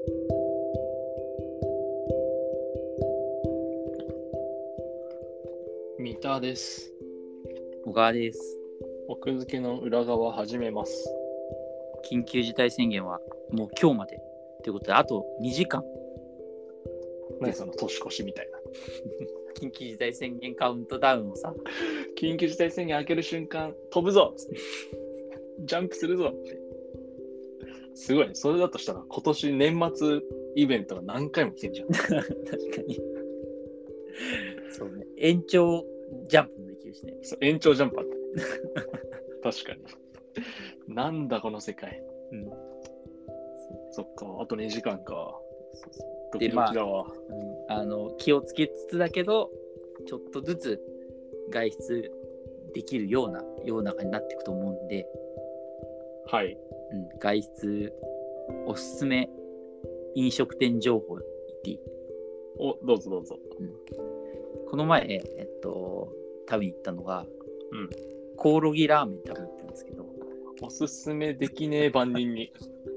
三田です。 小川です。 奥付けの裏側始めます。 緊急事態宣言はもう今日までということで、あと2時間。 何その年越しみたいな。 緊急事態宣言カウントダウンをさ、 緊急事態宣言開ける瞬間、飛ぶぞっつってジャンプするぞって。すごいね。それだとしたら今年年末イベントが何回も来てんじゃん。 確かに。そうね。延長ジャンプもできるしね。 そう延長ジャンプあった。確かに。なんだこの世界。 うん。 そっか、あと2時間か。 そうそうドキドキだわ。 気をつけつつだけど、ちょっとずつ外出できるような世の中になっていくと思うんで、 はい。 外出おすすめ飲食店情報言っていい？ どうぞどうぞ。 この前、食べに行ったのが、コオロギラーメン食べに行ったんですけど、 おすすめできねえ万人に。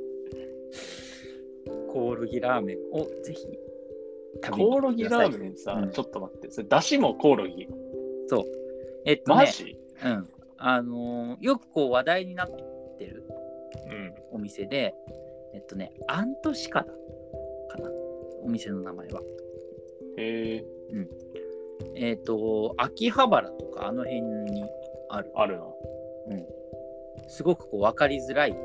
コオロギラーメンをぜひ食べに行ってください。 コオロギラーメンさ、ちょっと待って。それ、だしもコオロギ。 そう。 マジ？ よくこう話題になってるお店で、アントシカダかな、お店の名前は。 へえ。 秋葉原とかあの辺にある。 あるな。 すごくこう分かりづらい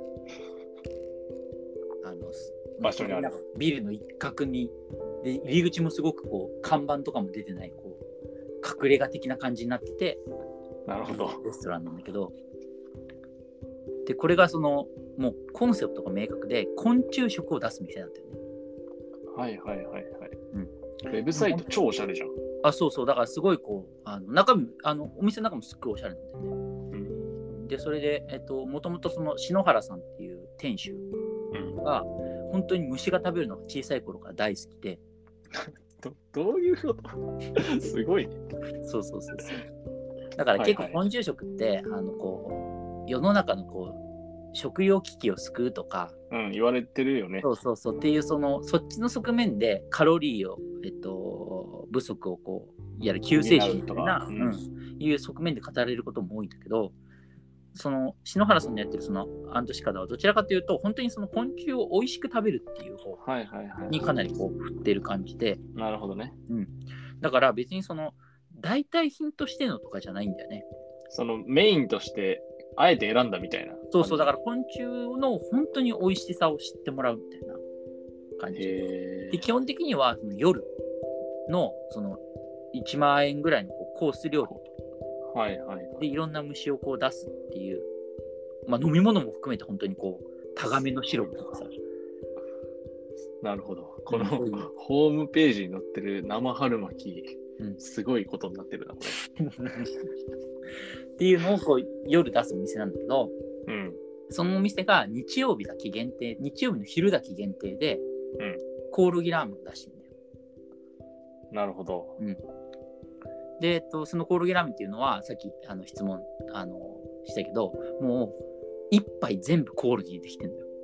場所にある。 ビルの一角にで、入り口もすごくこう看板とかも出てない、こう隠れ家的な感じになってて、 なるほど。 レストランなんだけど、でこれがもうコンセプトが明確で、昆虫食を出す店なんだよね。 はいはいはいはい。ウェブサイト超おしゃれじゃん。 あ、そうそう。だからすごいこう中身お店の中もすっごいおしゃれなんだよね。でそれでもともとその篠原さんっていう店主が、本当に虫が食べるのが小さい頃から大好きで。 どういうことすごいね。 そう。だから結構昆虫食って、こう世の中のこう食用危機を救うとか、 言われてるよね。 そうっていうそっちの側面でカロリーを不足をこうやる救世主みたいな、いう側面で語られることも多いんだけど、その篠原さんのやってるそのアントシカダはどちらかというと、本当にその昆虫を美味しく食べるっていう方にかなりこう振ってる感じで。 なるほどね。 だから別にその代替品としてのとかじゃないんだよね。 そのメインとしてあえて選んだみたいな。 そうだから昆虫の本当に美味しさを知ってもらうみたいな感じで、基本的にはその夜のその1万円ぐらいのこうコース料理でいろんな虫をこう出すっていう、飲み物も含めて本当にこうタガメのシロップとかさ。 なるほど。このホームページに載ってる生春巻き、すごいことになってるなこれ。 っていうのをこう夜出すお店なんだけど、そのお店が日曜日の昼だけ限定で、コオロギラーメンを出してるんだよ。 なるほど。 で、そのコオロギラーメンっていうのは、さっき質問したけど、もう一杯全部コオロギでできてるんだよ。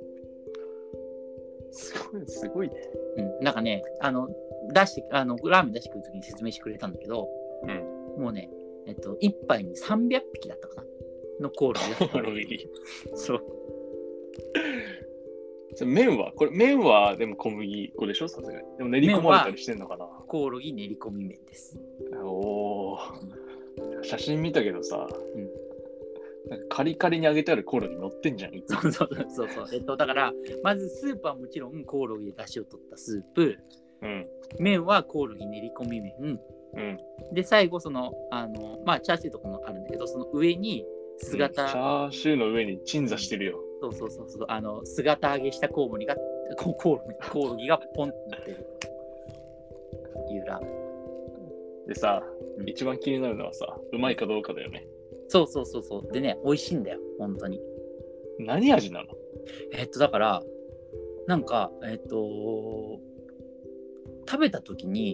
すごいね。 なんかね、ラーメン出してくるときに説明してくれたんだけど、もうね、一杯に300匹だったかなのコオロギ。そう。 麺はでも小麦粉でしょ、さすがに。でも練り込まれたりしてんのかな。 コオロギ練り込み麺です。 写真見たけどさ、なんかカリカリに揚げてあるコオロギ乗ってんじゃん。 そう。だからまずスープはもちろんコオロギで出汁を取ったスープ、麺はコオロギ練り込み麺、で最後そのチャーシューとかもあるんだけど、その上に姿、 チャーシューの上に鎮座してるよ。 そう姿揚げしたコオロギがポンって乗ってるっていうラーメンでさ、一番気になるのはさ、うまいかどうかだよね。 そうでね、美味しいんだよ本当に。 何味なの？ だからなんか食べた時に、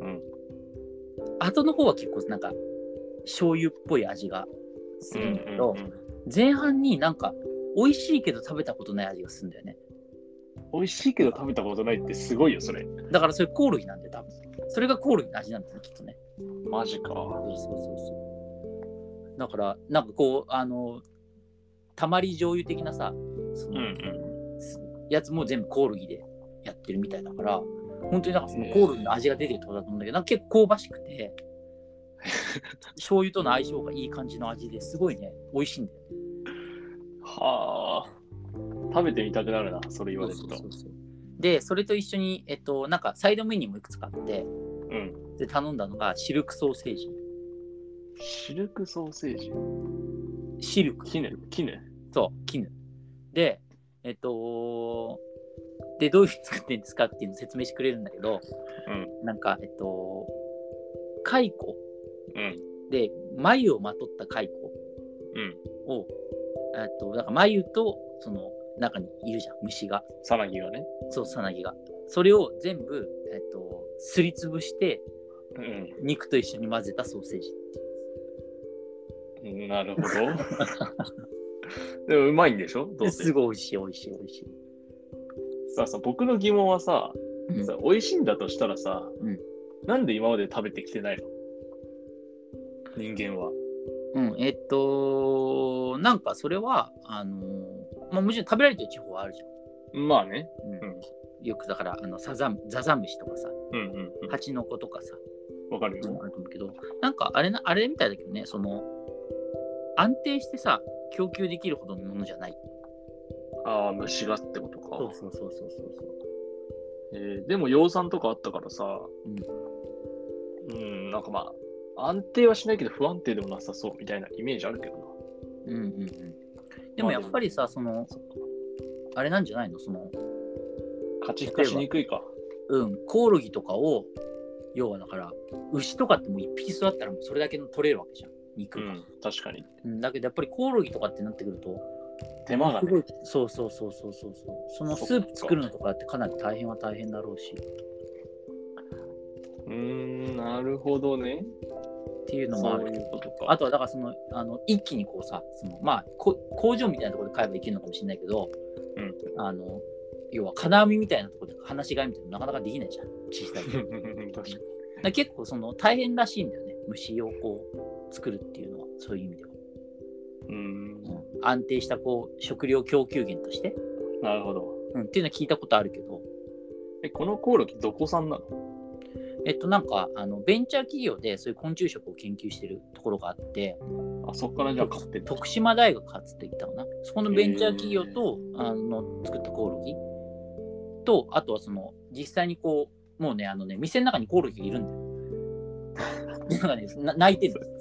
後の方は結構なんか醤油っぽい味がするんだけど、前半になんか美味しいけど食べたことない味がするんだよね。 美味しいけど食べたことないってすごいよ、それ。 だからそれコオロギなんだよ、多分。それがコオロギの味なんだよね、きっとね。 マジか。 そうそう。だから、なんかこう、たまり醤油的なさ、その、やつも全部コオロギでやってるみたいだから、本当になんかそのコオロギの味が出てるってことだと思うんだけど、なんか結構香ばしくて、醤油との相性がいい感じの味ですごいね、美味しいんだよね。 はあ。食べてみたくなるな、それ言われると。 で、それと一緒に、なんかサイドメニューもいくつかあって、で頼んだのがシルクソーセージ。 シルクソーセージシルク。 絹。 そう、絹。で、で、どういうふうに作ってるんですかっていうのを説明してくれるんだけど、なんか、蚕で、繭をまとった蚕を、だから繭と、その中にいるじゃん、虫が。 さなぎがね。 そう、さなぎが。それを全部、すりつぶして、肉と一緒に混ぜたソーセージっていう。 なるほど。でもうまいんでしょ？どうせ。 すごい美味しい。 さ、僕の疑問はさ、美味しいんだとしたらさ、なんで今まで食べてきてないの？人間は。 なんかそれは、まあ、もちろん食べられてる地方はあるじゃん。 まあね。 よくだから、ザザムシとかさ、ハチノコとかさ、 わかるよ。 あると思うけど、なんかあれみたいだけどね、その、安定してさ、供給できるほどのものじゃない。 ああ、虫がってことか。 そう。 でも養蚕とかあったからさ、なんかまあ、安定はしないけど不安定でもなさそうみたいなイメージあるけどな。 でもやっぱりさ、その、あれなんじゃないの？その、 勝ち化しにくいか。 コオロギとかを、要はだから、牛とかってもう一匹育ったらもうそれだけの取れるわけじゃん、肉が。 確かに。 だけどやっぱりコオロギとかってなってくると、 手間がね。 そう。そのスープ作るのとかってかなり大変だろうし。 なるほどね。 っていうのもある。 そういうことか。 あとはだからその一気にこうさ、そのまあ工場みたいなところで買えばいけるのかもしれないけど、要は金網みたいなところで放し飼いみたいなのなかなかできないじゃん、小さい。確かに。結構その大変らしいんだよね、虫をこう作るっていうのは、そういう意味では。安定したこう食料供給源として。 なるほど。 っていうのは聞いたことあるけど。 このコオロギどこ産なの？ なんかベンチャー企業でそういう昆虫食を研究してるところがあって、 そこからじゃあ買って徳島大学発って言ったかな。そこのベンチャー企業と作ったコオロギと、あとはその実際にこうもうね店の中にコオロギがいるんだよ。なんかね泣いてるんです。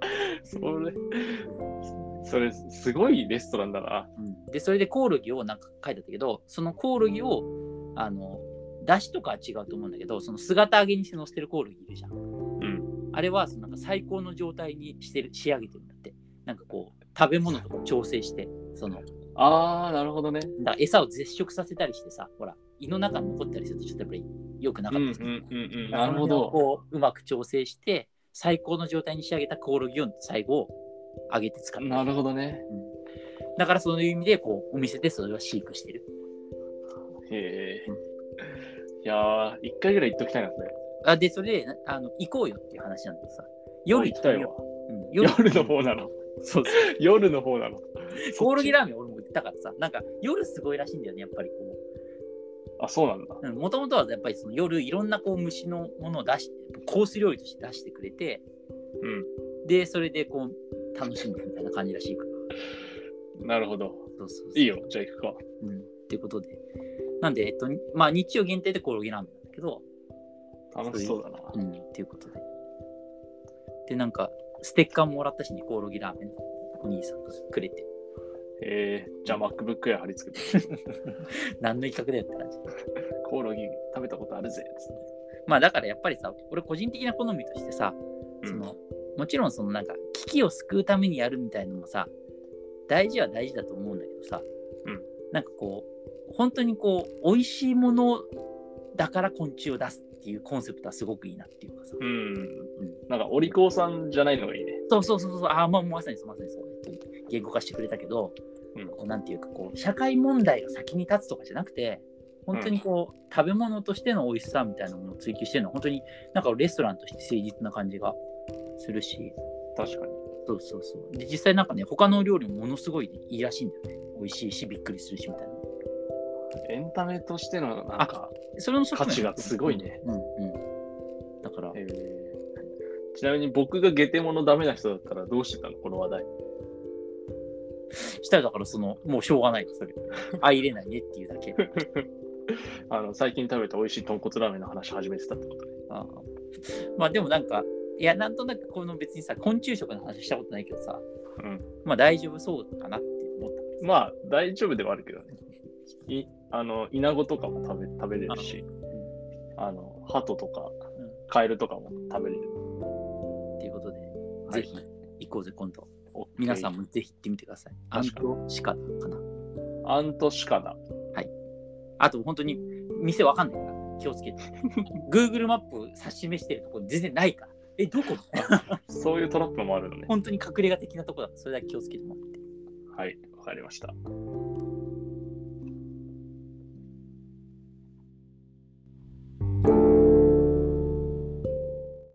それすごいレストランだな。 でそれでコオロギをなんか書いてあったけど、そのコオロギを出汁とかは違うと思うんだけど、その姿揚げにして乗せてるコオロギいるじゃん。あれはそのなんか最高の状態に仕上げてるんだって。なんかこう食べ物とか調整してその。 なるほどね。 だから餌を絶食させたりしてさ、ほら胃の中に残ったりするとちょっとやっぱり良くなかったりする。 なるほど。 こううまく調整して最高の状態に仕上げたコオロギを最後揚げて使って。 なるほどね。 だからそういう意味でこうお店でそれは飼育してる。 へえ。いやー、一回ぐらい行っときたいな、それ。 で、それで、行こうよっていう話なんだけどさ。 夜行きたいわ。夜の方なの。 そう。 夜の方なの。 コオロギラーメン俺も行ったからさ、なんか夜すごいらしいんだよね、やっぱりこう。そうなんだ。 もともとはやっぱりその夜いろんなこう虫のものを出して、コース料理として出してくれて、で、それでこう楽しむみたいな感じらしいから。 なるほど。 そういいよ、じゃあ行くか。 っていうことで。なんで、まあ日曜限定でコオロギラーメンなんだけど、 楽しそうだな。 っていうことで。で、なんか、ステッカーもらったしね、コオロギラーメンお兄さんがくれて。 じゃあ MacBook Air 貼り付けて。 何の企画だよって感じ。 コオロギ食べたことあるぜ。 まあだからやっぱりさ、俺個人的な好みとしてさ、もちろんそのなんか危機を救うためにやるみたいなのもさ、大事は大事だと思うんだけどさ、なんかこう、本当にこう、美味しいものだから昆虫を出すっていうコンセプトはすごくいいなっていうかさ。 なんかお利口さんじゃないのがいいね。 そう。まさにそう。言語化してくれたけど、なんていうかこう、社会問題が先に立つとかじゃなくて、 本当にこう、食べ物としての美味しさみたいなものを追求してるのは本当になんかレストランとして誠実な感じがするし。 確かに。 そうそうそう。で実際なんかね、他の料理もものすごいいいらしいんだよね。美味しいしびっくりするしみたいな。 エンタメとしてのなんかそれの価値がすごいね。 だから、 ちなみに僕がゲテモノダメな人だったらどうしてたのこの話題。 したらだからもうしょうがないそれ。入れないねっていうだけ。 最近食べた美味しい豚骨ラーメンの話始めてたってことね。 まあでもなんか、いや、なんとなくこの別にさ、昆虫食の話したことないけどさ、まあ大丈夫そうかなって思った。 まあ大丈夫ではあるけどね。イナゴとかも食べれるし、ハトとか、カエルとかも食べれる。 っていうことで、ぜひ行こうぜ、今度。皆さんもぜひ行ってみてください。アントシカダかな。 アントシカダ。 はい。あと本当に店わかんないから気をつけて。Google マップ指し示してるところ全然ないから。どこそういうトラップもあるのね。 本当に隠れ家的なところだ。それだけ気をつけてもらって。 はい、わかりました。